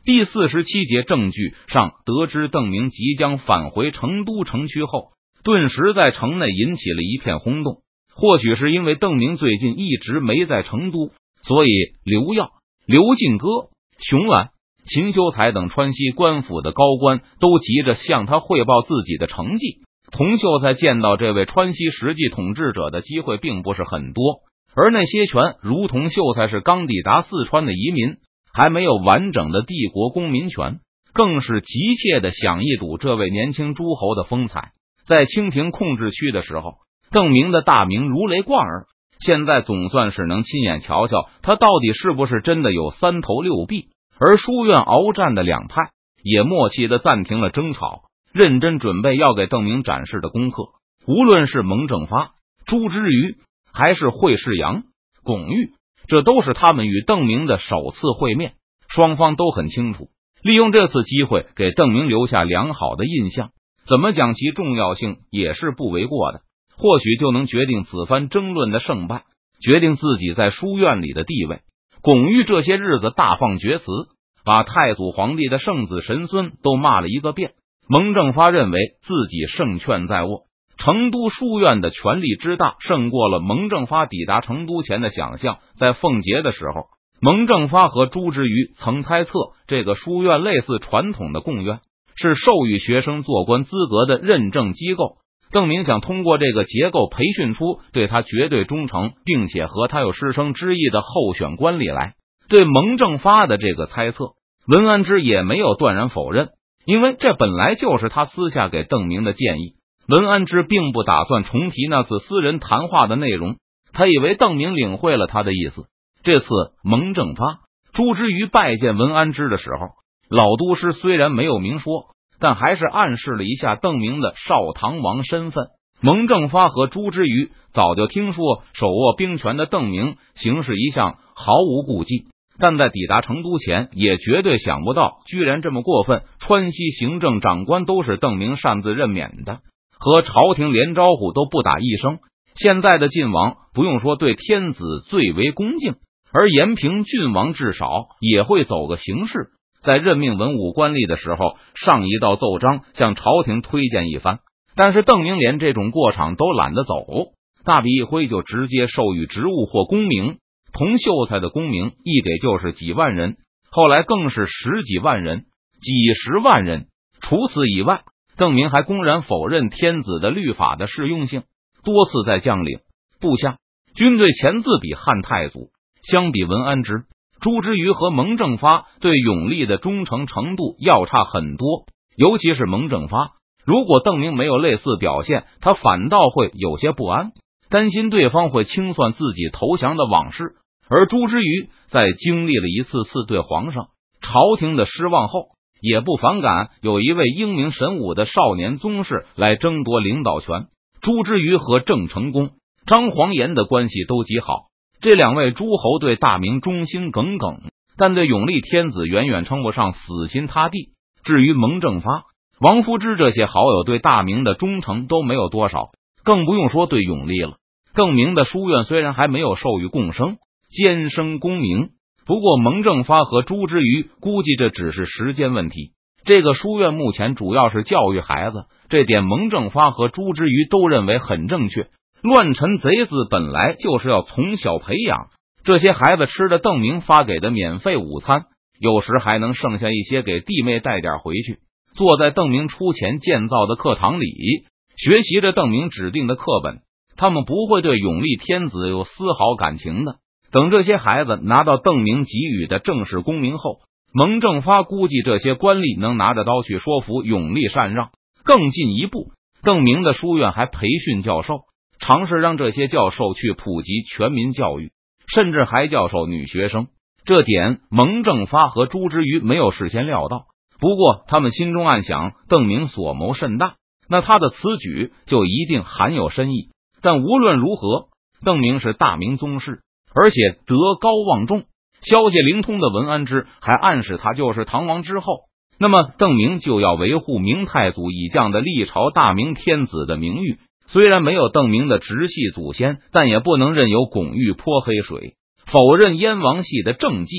第47节证据上得知邓明即将返回成都城区后，顿时在城内引起了一片轰动。或许是因为邓明最近一直没在成都，所以刘耀、刘进歌、熊婉、秦修才等川西官府的高官都急着向他汇报自己的成绩。童秀才见到这位川西实际统治者的机会并不是很多，而那些权如同秀才是刚抵达四川的移民，还没有完整的帝国公民权，更是急切的想一睹这位年轻诸侯的风采。在清廷控制区的时候，邓明的大名如雷贯耳，现在总算是能亲眼瞧瞧他到底是不是真的有三头六臂。而书院鏖战的两派也默契的暂停了争吵，认真准备要给邓明展示的功课。无论是蒙正发、朱之瑜，还是惠世阳、巩玉，这都是他们与邓明的首次会面，双方都很清楚，利用这次机会给邓明留下良好的印象，怎么讲其重要性也是不为过的。或许就能决定此番争论的胜败，决定自己在书院里的地位。巩玉这些日子大放厥词，把太祖皇帝的圣子神孙都骂了一个遍。蒙正发认为自己胜券在握，成都书院的权力之大胜过了蒙正发抵达成都前的想象。在奉节的时候，蒙正发和朱之瑜曾猜测这个书院类似传统的贡院，是授予学生做官资格的认证机构。邓明想通过这个结构培训出对他绝对忠诚并且和他有师生之意的候选官吏来。对蒙正发的这个猜测，文安之也没有断然否认，因为这本来就是他私下给邓明的建议。文安之并不打算重提那次私人谈话的内容，他以为邓明领会了他的意思。这次蒙正发、朱之瑜拜见文安之的时候，老都师虽然没有明说，但还是暗示了一下邓明的少唐王身份。蒙正发和朱之瑜早就听说手握兵权的邓明行事一向毫无顾忌，但在抵达成都前也绝对想不到居然这么过分。川西行政长官都是邓明擅自任免的，和朝廷连招呼都不打一声。现在的晋王不用说对天子最为恭敬，而延平郡王至少也会走个形式，在任命文武官吏的时候上一道奏章向朝廷推荐一番。但是邓明连这种过场都懒得走，大笔一挥就直接授予职务或功名。童秀才的功名一给就是几万人，后来更是十几万人、几十万人。除此以外，邓明还公然否认天子的律法的适用性，多次在将领、部下、军队前自比汉太祖。相比文安之、朱之瑜和蒙正发对永历的忠诚程度要差很多，尤其是蒙正发，如果邓明没有类似表现，他反倒会有些不安，担心对方会清算自己投降的往事。而朱之瑜在经历了一次次对皇上、朝廷的失望后，也不反感有一位英明神武的少年宗室来争夺领导权。朱之瑜和郑成功、张煌言的关系都极好，这两位诸侯对大明忠心耿耿，但对永历天子远远称不上死心塌地。至于蒙正发、王夫之这些好友对大明的忠诚都没有多少，更不用说对永历了。邓明的书院虽然还没有授予贡生、监生功名，不过蒙正发和朱之瑜估计这只是时间问题。这个书院目前主要是教育孩子，这点蒙正发和朱之瑜都认为很正确。乱臣贼子本来就是要从小培养，这些孩子吃的邓明发给的免费午餐，有时还能剩下一些给弟妹带点回去。坐在邓明出钱建造的课堂里，学习着邓明指定的课本，他们不会对永历天子有丝毫感情的。等这些孩子拿到邓明给予的正式功名后，蒙正发估计这些官吏能拿着刀去说服永历禅让。更进一步，邓明的书院还培训教授，尝试让这些教授去普及全民教育，甚至还教授女学生。这点蒙正发和朱之瑜没有事先料到，不过他们心中暗想，邓明所谋甚大，那他的此举就一定含有深意。但无论如何，邓明是大明宗室，而且德高望重，消息灵通的文安之还暗示他就是唐王之后，那么邓明就要维护明太祖以降的历朝大明天子的名誉。虽然没有邓明的直系祖先，但也不能任由巩玉泼黑水，否认燕王系的政绩。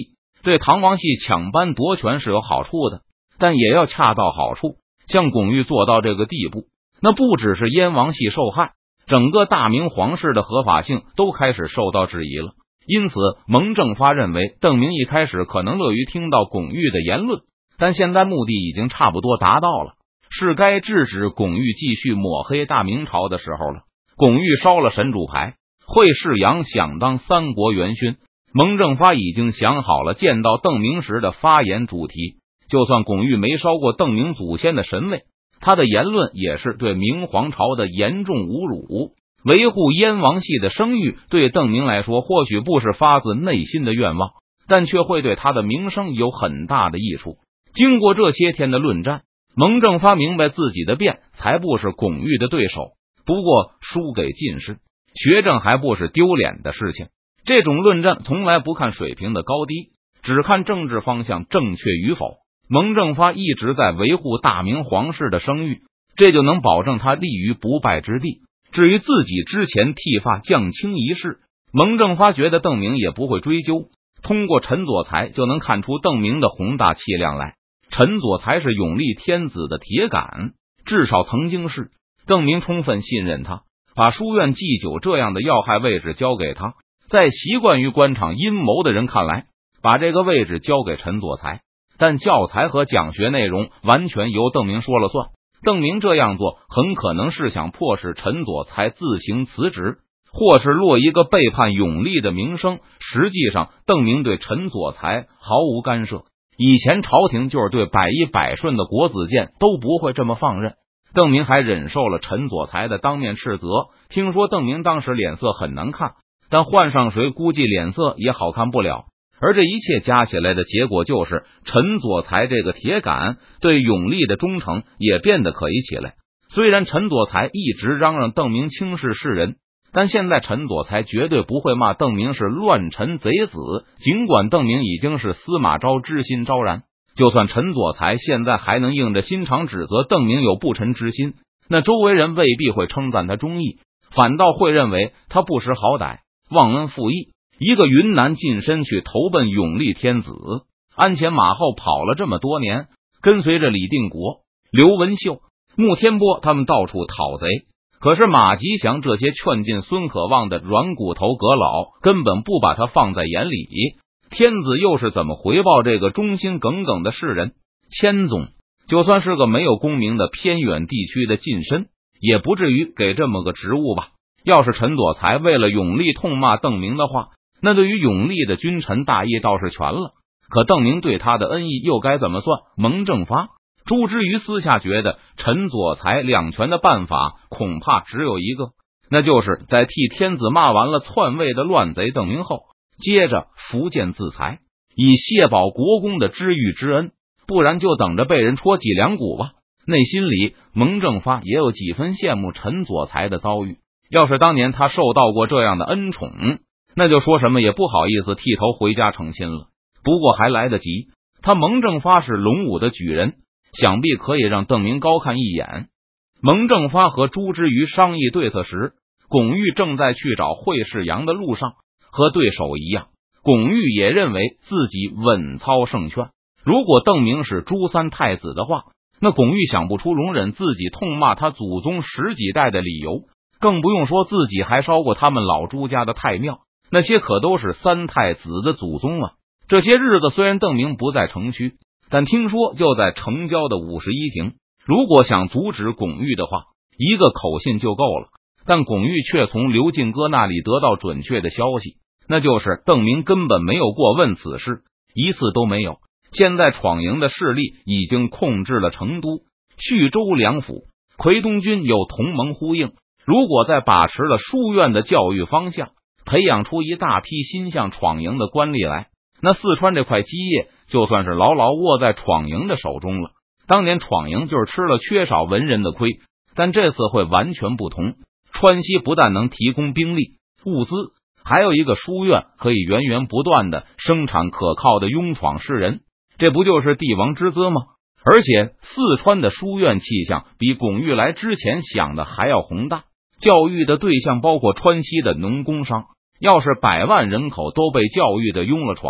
对唐王系抢班夺权是有好处的，但也要恰到好处。像巩玉做到这个地步，那不只是燕王系受害，整个大明皇室的合法性都开始受到质疑了。因此蒙正发认为邓明一开始可能乐于听到巩玉的言论，但现在目的已经差不多达到了，是该制止巩玉继续抹黑大明朝的时候了。巩玉烧了神主牌，惠世阳想当三国元勋，蒙正发已经想好了见到邓明时的发言主题。就算巩玉没烧过邓明祖先的神位，他的言论也是对明皇朝的严重侮辱。维护燕王系的声誉对邓明来说或许不是发自内心的愿望，但却会对他的名声有很大的益处。经过这些天的论战，蒙正发明白自己的辩才不是巩玉的对手，不过输给进士学政还不是丢脸的事情。这种论战从来不看水平的高低，只看政治方向正确与否。蒙正发一直在维护大明皇室的声誉，这就能保证他立于不败之地。至于自己之前剃发降清一事，蒙正发觉得邓明也不会追究，通过陈佐才就能看出邓明的宏大气量来。陈佐才是永历天子的铁杆，至少曾经是。邓明充分信任他，把书院祭酒这样的要害位置交给他。在习惯于官场阴谋的人看来，把这个位置交给陈佐才，但教材和讲学内容完全由邓明说了算。邓明这样做很可能是想迫使陈佐才自行辞职，或是落一个背叛永历的名声。实际上邓明对陈佐才毫无干涉，以前朝廷就是对百依百顺的国子监都不会这么放任。邓明还忍受了陈佐才的当面斥责，听说邓明当时脸色很难看，但换上谁估计脸色也好看不了。而这一切加起来的结果就是陈佐才这个铁杆对永历的忠诚也变得可疑起来。虽然陈佐才一直嚷嚷邓明轻视世人，但现在陈佐才绝对不会骂邓明是乱臣贼子。尽管邓明已经是司马昭之心昭然，就算陈佐才现在还能硬着心肠指责邓明有不臣之心，那周围人未必会称赞他忠义，反倒会认为他不识好歹，忘恩负义。一个云南近身去投奔永历天子，鞍前马后跑了这么多年，跟随着李定国、刘文秀、穆天波他们到处讨贼，可是马吉祥这些劝进孙可望的软骨头阁老根本不把他放在眼里。天子又是怎么回报这个忠心耿耿的世人？千总就算是个没有功名的偏远地区的近身，也不至于给这么个职务吧。要是陈佐才为了永历痛骂邓明的话，那对于永历的君臣大义倒是全了，可邓明对他的恩义又该怎么算？蒙正发、朱之瑜私下觉得陈佐才两全的办法恐怕只有一个，那就是在替天子骂完了篡位的乱贼邓明后，接着伏剑自裁，以谢保国公的知遇之恩，不然就等着被人戳脊梁骨吧。内心里蒙正发也有几分羡慕陈佐才的遭遇，要是当年他受到过这样的恩宠，那就说什么也不好意思剃头回家成亲了。不过还来得及，他蒙正发是龙武的举人，想必可以让邓明高看一眼。蒙正发和朱之瑜商议对策时，巩玉正在去找惠世阳的路上，和对手一样，巩玉也认为自己稳操胜券。如果邓明是朱三太子的话，那巩玉想不出容忍自己痛骂他祖宗十几代的理由，更不用说自己还烧过他们老朱家的太庙，那些可都是三太子的祖宗啊。这些日子虽然邓明不在城区，但听说就在城郊的51亭。如果想阻止巩玉的话，一个口信就够了。但巩玉却从刘进哥那里得到准确的消息，那就是邓明根本没有过问此事，一次都没有。现在闯营的势力已经控制了成都、叙州两府，奎东军有同盟呼应，如果再把持了书院的教育方向，培养出一大批心向闯营的官吏来，那四川这块基业就算是牢牢握在闯营的手中了。当年闯营就是吃了缺少文人的亏，但这次会完全不同。川西不但能提供兵力、物资，还有一个书院可以源源不断的生产可靠的勇闯士人，这不就是帝王之资吗？而且四川的书院气象比巩玉来之前想的还要宏大，教育的对象包括川西的农工商，要是100万人口都被教育的拥了闯，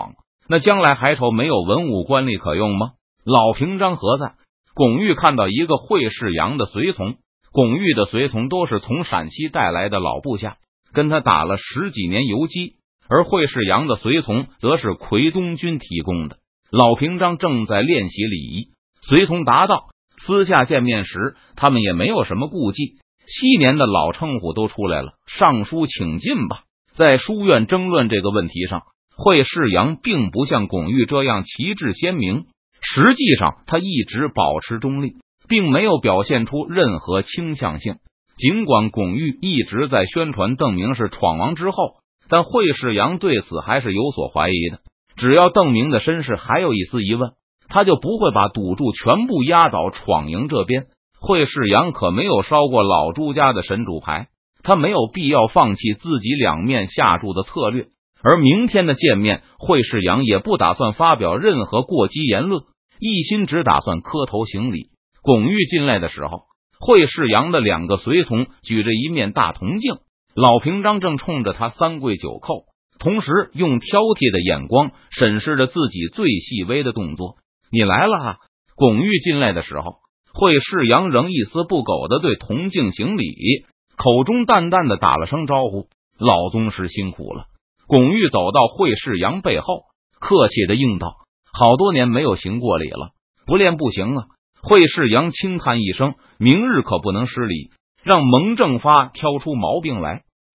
那将来还愁没有文武官吏可用吗？老平章何在？巩玉看到一个惠世阳的随从，巩玉的随从都是从陕西带来的老部下，跟他打了10几年游击，而惠世阳的随从则是奎东军提供的。老平章正在练习礼仪，随从答道，私下见面时他们也没有什么顾忌，7年的老称呼都出来了，上书请进吧。在书院争论这个问题上，惠世阳并不像巩玉这样旗帜鲜明，实际上他一直保持中立，并没有表现出任何倾向性。尽管巩玉一直在宣传邓明是闯王之后，但惠世阳对此还是有所怀疑的。只要邓明的身世还有一丝疑问，他就不会把赌注全部压倒闯营这边。惠世阳可没有烧过老朱家的神主牌，他没有必要放弃自己两面下注的策略。而明天的见面，惠世阳也不打算发表任何过激言论，一心只打算磕头行礼。巩玉进来的时候，惠世阳的2个随从举着一面大铜镜，老平章正冲着他3跪9叩，同时用挑剔的眼光审视着自己最细微的动作。你来了啊！巩玉进来的时候，惠世阳仍一丝不苟地对铜镜行礼，口中淡淡的打了声招呼，老宗师辛苦了。巩玉走到惠世阳背后，客气的应道，好多年没有行过礼了，不练不行啊。惠世阳轻叹一声，明日可不能失礼，让蒙正发挑出毛病来。